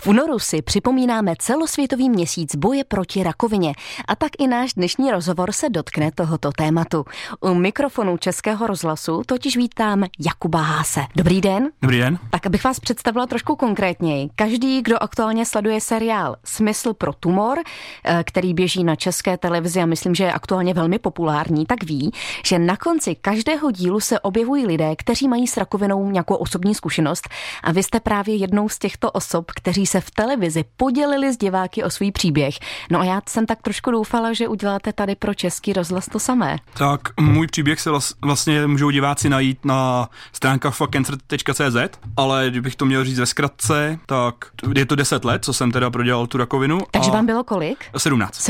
V únoru si připomínáme celosvětový měsíc boje proti rakovině a tak i náš dnešní rozhovor se dotkne tohoto tématu. U mikrofonu Českého rozhlasu totiž vítám Jakuba Haase. Dobrý den. Dobrý den. Tak abych vás představila trošku konkrétněji. Každý, kdo aktuálně sleduje seriál Smysl pro tumor, který běží na České televizi a myslím, že je aktuálně velmi populární, tak ví, že na konci každého dílu se objevují lidé, kteří mají s rakovinou nějakou osobní zkušenost a vy jste právě jednou z těchto osob, kteří se v televizi podělili s diváky o svůj příběh. No a já jsem tak trošku doufala, že uděláte tady pro Český rozhlas to samé. Tak můj příběh se vlastně můžou diváci najít na stránkách fuckcancer.cz, ale kdybych to měl říct ve zkratce, tak je to 10 let, co jsem teda prodělal tu rakovinu. Takže vám bylo kolik? 17.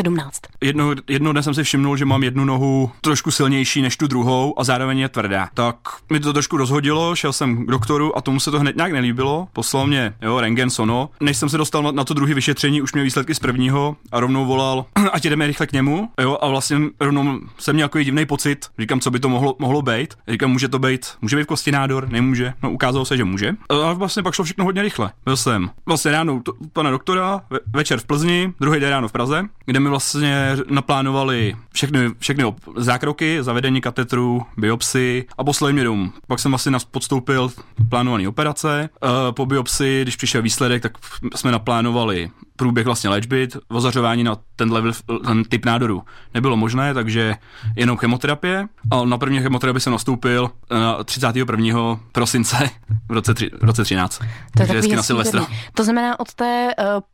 Jednou dne jsem si všimnul, že mám jednu nohu trošku silnější než tu druhou a zároveň je tvrdá. Tak mi to trošku rozhodilo, šel jsem k doktoru a tomu se to hned nějak nelíbilo. Poslal mě, rentgen, sono. Než jsem se dostal na to druhé vyšetření, už měl výsledky z prvního a rovnou volal, ať jdeme rychle k němu. A vlastně rovnou jsem měl takový divný pocit. Říkám, co by to mohlo být. Říkám, může být kosti nádor, nemůže. No, ukázalo se, že může. A vlastně pak šlo všechno hodně rychle. Byl jsem vlastně ráno pana doktora, večer v Plzni, druhý den ráno v Praze, kde mi vlastně naplánovali všechny zákroky, zavedení katetru, biopsii a poslali mě domů. Pak jsem vlastně podstoupil plánované operace. Po biopsii, když přišel výsledek, tak jsme naplánovali průběh vlastně léčby, ozařování na ten typ nádoru nebylo možné, takže jenom chemoterapie. A na první chemoterapii jsem nastoupil na 31. prosince v roce 13. Takže hezky na Silvestra. To znamená od té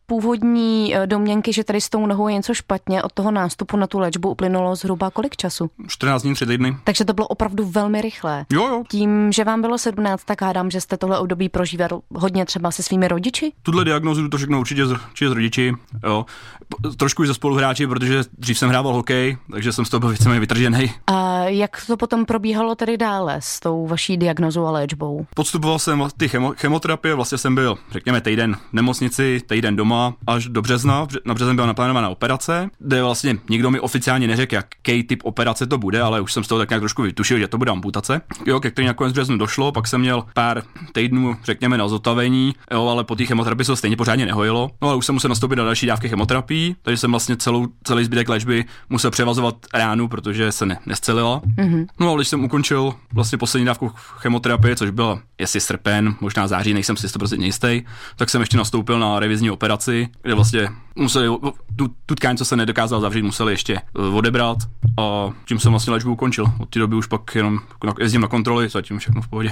původní domněnky, že tady s tou nohou je něco špatně, od toho nástupu na tu léčbu uplynulo zhruba kolik času? 14 dní, 3 týdny. Takže to bylo opravdu velmi rychlé. Jo. Tím, že vám bylo 17, tak hádám, že jste tohle období prožíval hodně třeba se svými rodiči? Tuhle diagnózu to všechno určitě s rodiči, jo. Trošku i ze spoluhráči, protože dřív jsem hrával hokej, takže jsem z toho byl víceméně vytržený. A jak to potom probíhalo tedy dále s tou vaší diagnózou a léčbou? Podstupoval jsem ty chemoterapie, vlastně jsem byl, řekněme, týden v nemocnici, týden doma až do března. Na březen byla naplánovaná operace, kde vlastně nikdo mi oficiálně neřekl, jaký typ operace to bude, ale už jsem z toho tak nějak trošku vytušil, že to bude amputace. Ke který nakonec v březnu došlo, pak jsem měl pár týdnů, řekněme, na zotavení, ale po té chemoterapii se stejně pořádně nehojilo. No ale už jsem musel nastoupit na další dávky chemoterapii, takže jsem vlastně celý zbytek léčby musel převazovat ránu, protože se nescelila. Mm-hmm. No ale když jsem ukončil vlastně poslední dávku chemoterapie, což bylo jestli srpen, možná září, nejsem si 100% jistý, tak jsem ještě nastoupil na revizní operaci, kde vlastně museli tu tkáň, co se nedokázal zavřít, museli ještě odebrat a tím jsem vlastně léčbu ukončil. Od té doby už pak jenom jezdím na kontroly, zatím všechno v pohodě.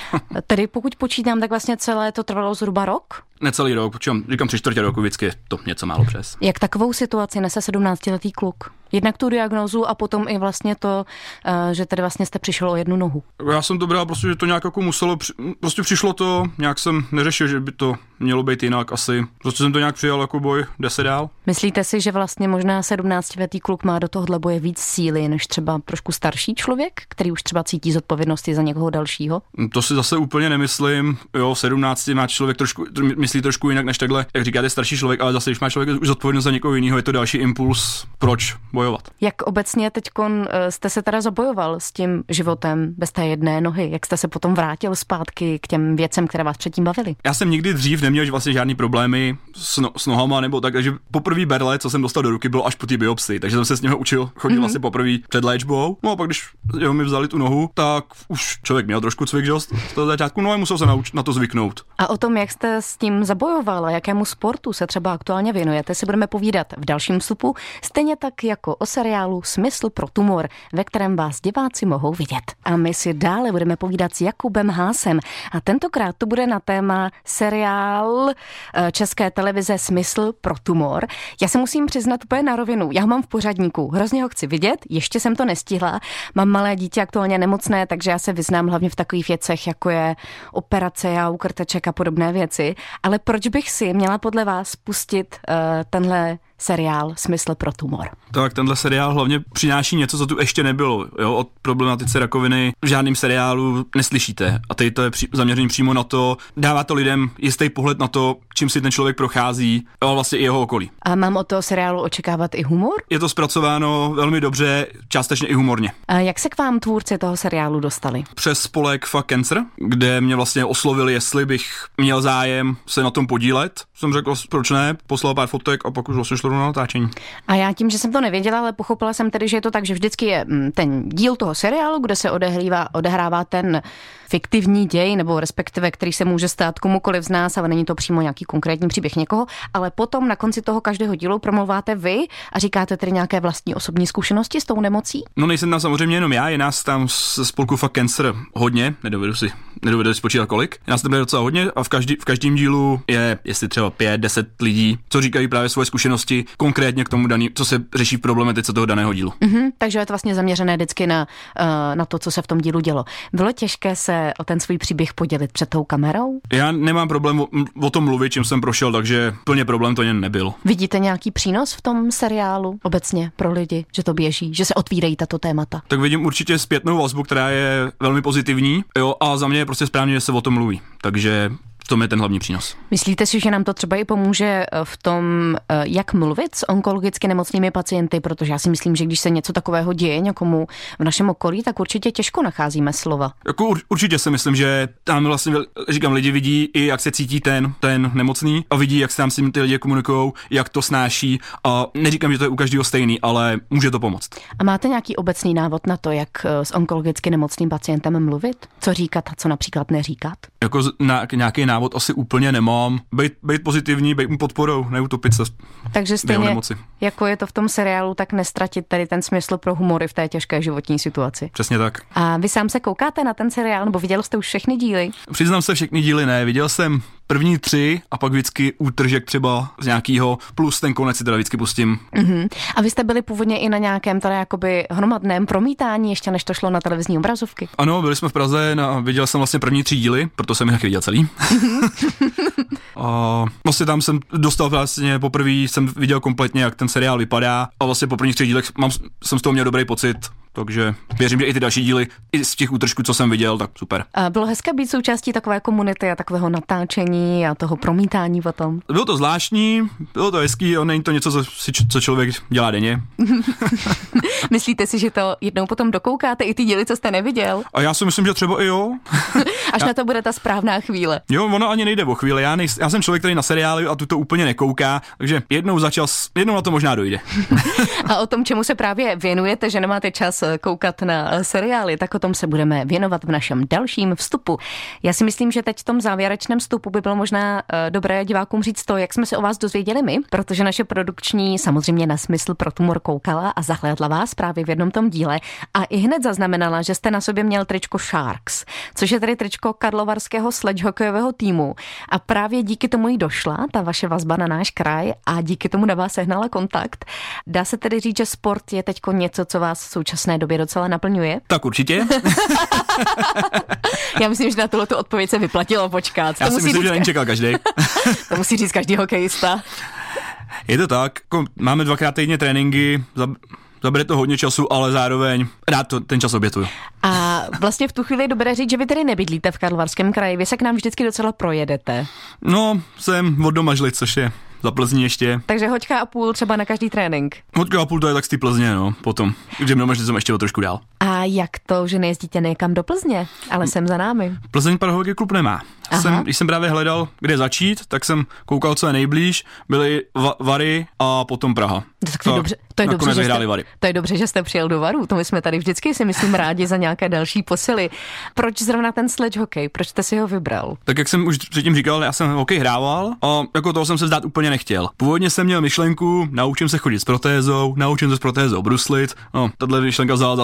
Tedy pokud počítám, tak vlastně celé to trvalo zhruba rok? Necelý rok, počítám, říkám 3/4 roku, vždycky je to něco málo přes. Jak takovou situaci nese 17letý kluk? Jednak tu diagnózu a potom i vlastně to, že tady vlastně jste přišel o jednu nohu. Já jsem to bral prostě, že to nějak jako muselo, prostě přišlo to, nějak jsem neřešil, že by to mělo být jinak asi. Prostě jsem to nějak přijal jako boj, jde se dál. Myslíte si, že vlastně možná 17letý kluk má do tohohle boje víc síly než třeba trošku starší člověk, který už třeba cítí zodpovědnosti za někoho dalšího? To si zase úplně nemyslím. Jo, v 17 má člověk myslí trošku jinak než takhle, jak říkáte, starší člověk, ale zase když má člověk už zodpovědnost za někoho jiného, je to další impuls, proč bojovat. Jak obecně teďkon jste se teda zabojoval s tím životem bez té jedné nohy? Jak jste se potom vrátil zpátky k těm věcem, které vás předtím bavily? Já jsem nikdy dřív neměl vlastně žádný problémy s nohama nebo tak, takže poprvé berle, co jsem dostal do ruky, bylo až po té biopsii, takže jsem se s něho učil chodit vlastně poprvé před léčbou. No a pak když mi vzali tu nohu, tak už člověk měl trošku cvik, že z toho začátku, no a musel se naučit na to zvyknout. A o tom, jak jste s tím zabojoval a jakému sportu se třeba aktuálně věnujete, si budeme povídat v dalším vstupu, stejně tak jako o seriálu Smysl pro tumor, ve kterém vás diváci mohou vidět. A my si dále budeme povídat s Jakubem Haasem a tentokrát to bude na téma seriál České televize Smysl pro tumor. Já se musím přiznat úplně na rovinu, já ho mám v pořadníku, hrozně ho chci vidět, ještě jsem to nestihla, mám malé dítě aktuálně nemocné, takže já se vyznám hlavně v takových věcech, jako je operace a ukrteček a podobné věci, ale proč bych si měla podle vás pustit tenhle seriál Smysl pro tumor? Tak tenhle seriál hlavně přináší něco, co tu ještě nebylo. Jo? O problematice rakoviny v žádném seriálu neslyšíte. A tady to je zaměření přímo na to, dává to lidem jistý pohled na to, čím si ten člověk prochází, a vlastně i jeho okolí. A mám od toho seriálu očekávat i humor? Je to zpracováno velmi dobře, částečně i humorně. A jak se k vám tvůrci toho seriálu dostali? Přes spolek Fuck Cancer, kde mě vlastně oslovili, jestli bych měl zájem se na tom podílet. Jsem řekl, proč ne, poslal pár fotek a pak už vlastně šlo na natáčení. A já tím, že jsem to nevěděla, ale pochopila jsem tedy, že je to tak, že vždycky je ten díl toho seriálu, kde se odehrává ten fiktivní děj, nebo respektive, který se může stát komukoliv z nás, ale není to přímo nějaký konkrétní příběh někoho, ale potom na konci toho každého dílu promluváte vy a říkáte tedy nějaké vlastní osobní zkušenosti s tou nemocí? No nejsem tam samozřejmě jenom já, je nás tam ze spolku Fuck Cancer hodně, nedovedu si spočítat kolik. Je nás tam je docela hodně a v každém dílu je, jestli třeba 5-10 lidí, co říkají právě svoje zkušenosti konkrétně k tomu daný, co se řeší v problematice toho daného dílu. Takže je to vlastně zaměřené vždycky na to, co se v tom dílu dělo. Bylo těžké se o ten svůj příběh podělit před tou kamerou? Já nemám problém o tom mluvit, čím jsem prošel, takže plně problém to jen nebyl. Vidíte nějaký přínos v tom seriálu obecně pro lidi, že to běží, že se otvírají tato témata? Tak vidím určitě zpětnou vazbu, která je velmi pozitivní, jo, a za mě je prostě správně, že se o tom mluví. Takže v tom je ten hlavní přínos. Myslíte si, že nám to třeba i pomůže v tom, jak mluvit s onkologicky nemocnými pacienty, protože já si myslím, že když se něco takového děje někomu v našem okolí, tak určitě těžko nacházíme slova. Jako určitě si myslím, že tam vlastně, říkám, lidi vidí i jak se cítí ten nemocný a vidí, jak se tam s tím ty lidi komunikujou, jak to snáší a neříkám, že to je u každého stejný, ale může to pomoct. A máte nějaký obecný návod na to, jak s onkologicky nemocným pacientem mluvit? Co říkat a co například neříkat? Jako nějaký návod asi úplně nemám. Být pozitivní, být mu podporou, neutopit se. Takže stejně, jako je to v tom seriálu, tak nestratit tady ten smysl pro humory v té těžké životní situaci. Přesně tak. A vy sám se koukáte na ten seriál, nebo viděl jste už všechny díly? Přiznám se, všechny díly ne. Viděl jsem první 3 a pak vždycky útržek třeba z nějakého, plus ten konec si teda vždycky pustím. A vy jste byli původně i na nějakém teda jakoby hromadném promítání, ještě než to šlo na televizní obrazovky? Ano, byli jsme v Praze, viděl jsem vlastně první 3 díly, proto jsem je viděl celý. A vlastně tam jsem dostal vlastně poprvé, jsem viděl kompletně, jak ten seriál vypadá a vlastně po prvních 3 dílech jsem z toho měl dobrý pocit. Takže věřím, že i ty další díly, i z těch útržků, co jsem viděl, tak super. A bylo hezké být součástí takové komunity a takového natáčení a toho promítání potom? Bylo to zvláštní, bylo to hezký, není to něco, co člověk dělá denně. Myslíte si, že to jednou potom dokoukáte i ty díly, co jste neviděl? A já si myslím, že třeba i jo. Až na to bude ta správná chvíle. Jo, ono ani nejde o chvíli. Já jsem člověk, který na seriály a tu to úplně nekouká, takže jednou na to možná dojde. A o tom, čemu se právě věnujete, že nemáte čas koukat na seriály, tak o tom se budeme věnovat v našem dalším vstupu. Já si myslím, že teď v tom závěrečném vstupu by bylo možná dobré divákům říct to, jak jsme se o vás dozvěděli my, protože naše produkční samozřejmě na Smysl pro tumor koukala a zahlédla vás právě v jednom tom díle a i hned zaznamenala, že jste na sobě měl tričko Sharks, což je tedy tričko karlovarského sledgehokejového týmu. A právě díky tomu jí došla ta vaše vazba na náš kraj a díky tomu na vás sehnala kontakt. Dá se tedy říct, že sport je teďko něco, co vás v současné době docela naplňuje? Tak určitě. Já myslím, že na tuto odpověď se vyplatilo počkat. Já si myslím, že nečekal každý. To musí říct každý hokejista. Je to tak, máme 2krát týdně tréninky, zabere to hodně času, ale zároveň rád ten čas obětuju. A vlastně v tu chvíli je dobré říct, že vy tedy nebydlíte v Karlovarském kraji, vy se k nám vždycky docela projedete. No, jsem od Domažlic, což je za Plzní ještě. Takže 1,5 hodiny třeba na každý trénink. 1,5 hodiny to je tak z té Plzně, no, potom. Když Domažlic jsem ještě o trošku dál. A jak to, že nejezdíte někam do Plzně, ale jsem za námi? Plzeň Parhokej klub nemá. Když jsem právě hledal, kde začít, tak jsem koukal, co je nejblíž, byly Vary a potom Praha. Tak to je dobře. To je dobře, že jste přijel do Varů. To my jsme tady vždycky, si myslím, rádi za nějaké další posily. Proč zrovna ten sledge hokej? Proč jste si ho vybral? Tak jak jsem už předtím říkal, já jsem hokej hrával a jako toho jsem se vzdát úplně nechtěl. Původně jsem měl myšlenku, naučím se chodit s protézou, naučím se s protézou bruslit. No, tahle myšlenka vzala za svý asi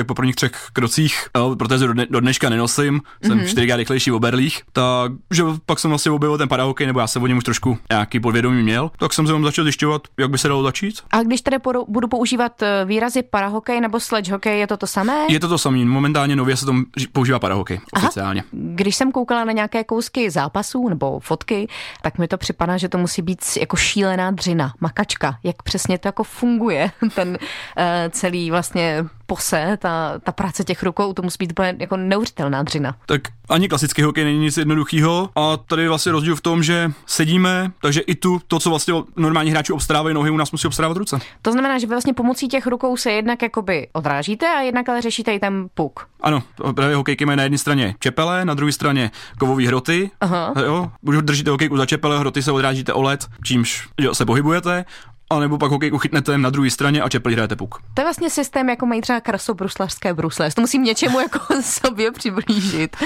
jak po prvních 3 krocích, protože do dneška nenosím, jsem 4x rychlejší v oberlích, takže pak jsem vlastně objevil ten parahokej, nebo já jsem o něm už trošku nějaký podvědomí měl, tak jsem se vám začal zjišťovat, jak by se dalo začít. A když tedy budu používat výrazy parahokej nebo sledge hokej, je to to samé? Je to to samé, momentálně nově se tam používá parahokej oficiálně. Když jsem koukala na nějaké kousky zápasů nebo fotky, tak mi to připadá, že to musí být jako šílená dřina, makačka, jak přesně to jako funguje, ten celý vlastně pose, ta práce těch rukou, to musí být úplně jako neuvěřitelná dřina. Tak ani klasický hokej není nic jednoduchého a tady je vlastně rozdíl v tom, že sedíme, takže i to, co vlastně normální hráči obstarávají nohy, u nás musí obstarávat ruce. To znamená, že vy vlastně pomocí těch rukou se jednak jakoby odrážíte a jednak ale řešíte i ten puk. Ano, právě hokejky mají na jedné straně čepele, na druhé straně kovové hroty. Aha. Jo, buď držíte hokejku za čepele, hroty se odrážíte o led, čímž se pohybujete. A nebo pak hokejku chytnete na druhé straně a čepli hrajete puk. To je vlastně systém, jako mají třeba krasobruslařské brusle. To musím něčemu jako sobě přiblížit.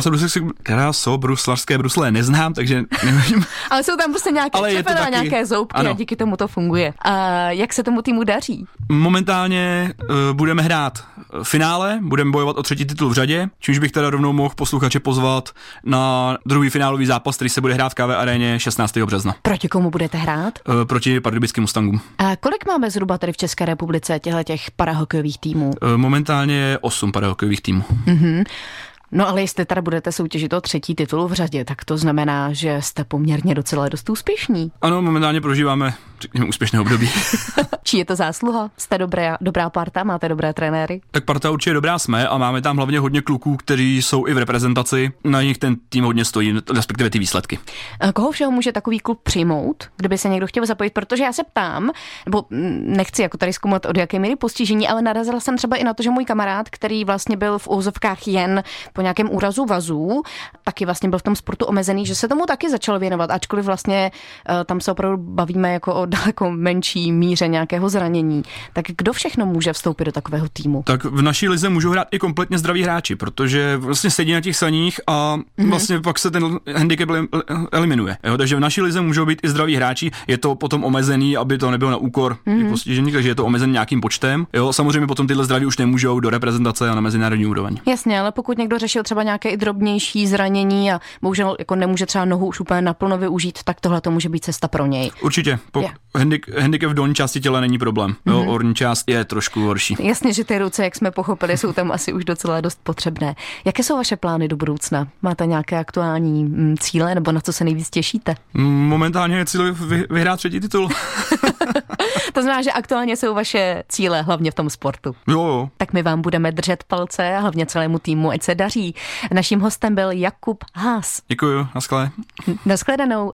Krasobruslařské brusle neznám, takže nevím. Ale jsou tam prostě nějaké čepele a nějaké zoubky, ano. A díky tomu to funguje. A jak se tomu týmu daří? Momentálně budeme hrát finále, budeme bojovat o 3. titul v řadě, čímž bych teda rovnou mohl posluchače pozvat na druhý finálový zápas, který se bude hrát v KV aréně 16. března. Proti komu budete hrát? Proti pardubickým Mustangům. A kolik máme zhruba tady v České republice těch parahokejových týmů? Momentálně je 8 parahokejových týmů. Mhm. No ale jestli teda budete soutěžit o 3. titulu v řadě, tak to znamená, že jste poměrně docela dost úspěšní. Ano, momentálně prožíváme úspěšné období. Čí je to zásluha? Jste dobrá parta, máte dobré trenéry? Tak parta určitě dobrá jsme a máme tam hlavně hodně kluků, kteří jsou i v reprezentaci. Na nich ten tým hodně stojí, respektive ty výsledky. A koho všeho může takový klub přijmout, kdyby se někdo chtěl zapojit? Protože já se ptám, nebo nechci jako tady zkoumat od jaké míry postižení, ale narazila jsem třeba i na to, že můj kamarád, který vlastně byl v úzovkách jen po nějakém úrazu vazů, taky vlastně byl v tom sportu omezený, že se tomu taky začal věnovat, ačkoliv vlastně tam se opravdu bavíme jako o daleko menší míře nějakého zranění. Tak kdo všechno může vstoupit do takového týmu? Tak v naší lize můžou hrát i kompletně zdraví hráči, protože vlastně sedí na těch saních a vlastně pak se ten handicap eliminuje. Jo? Takže v naší lize můžou být i zdraví hráči, je to potom omezený, aby to nebylo na úkor postižení, takže je to omezený nějakým počtem. Jo? Samozřejmě potom tyhle zdraví už nemůžou do reprezentace a na mezinárodní úroveň. Jasně, ale pokud někdo řešil třeba nějaké i drobnější zranění a bohužel jako nemůže třeba nohu už úplně naplno využít, tak tohle to může být cesta pro něj. Určitě. Handicap v dolní části těla není problém. Jo, horní část je trošku horší. Jasně, že ty ruce, jak jsme pochopili, jsou tam asi už docela dost potřebné. Jaké jsou vaše plány do budoucna? Máte nějaké aktuální cíle nebo na co se nejvíc těšíte? Momentálně je cíl vyhrát 3. titul. To znamená, že aktuálně jsou vaše cíle hlavně v tom sportu. Jo. Tak my vám budeme držet palce a hlavně celému týmu, ať se daří. Naším hostem byl Jakub Haas. Děkuju, naschle. Naschledanou.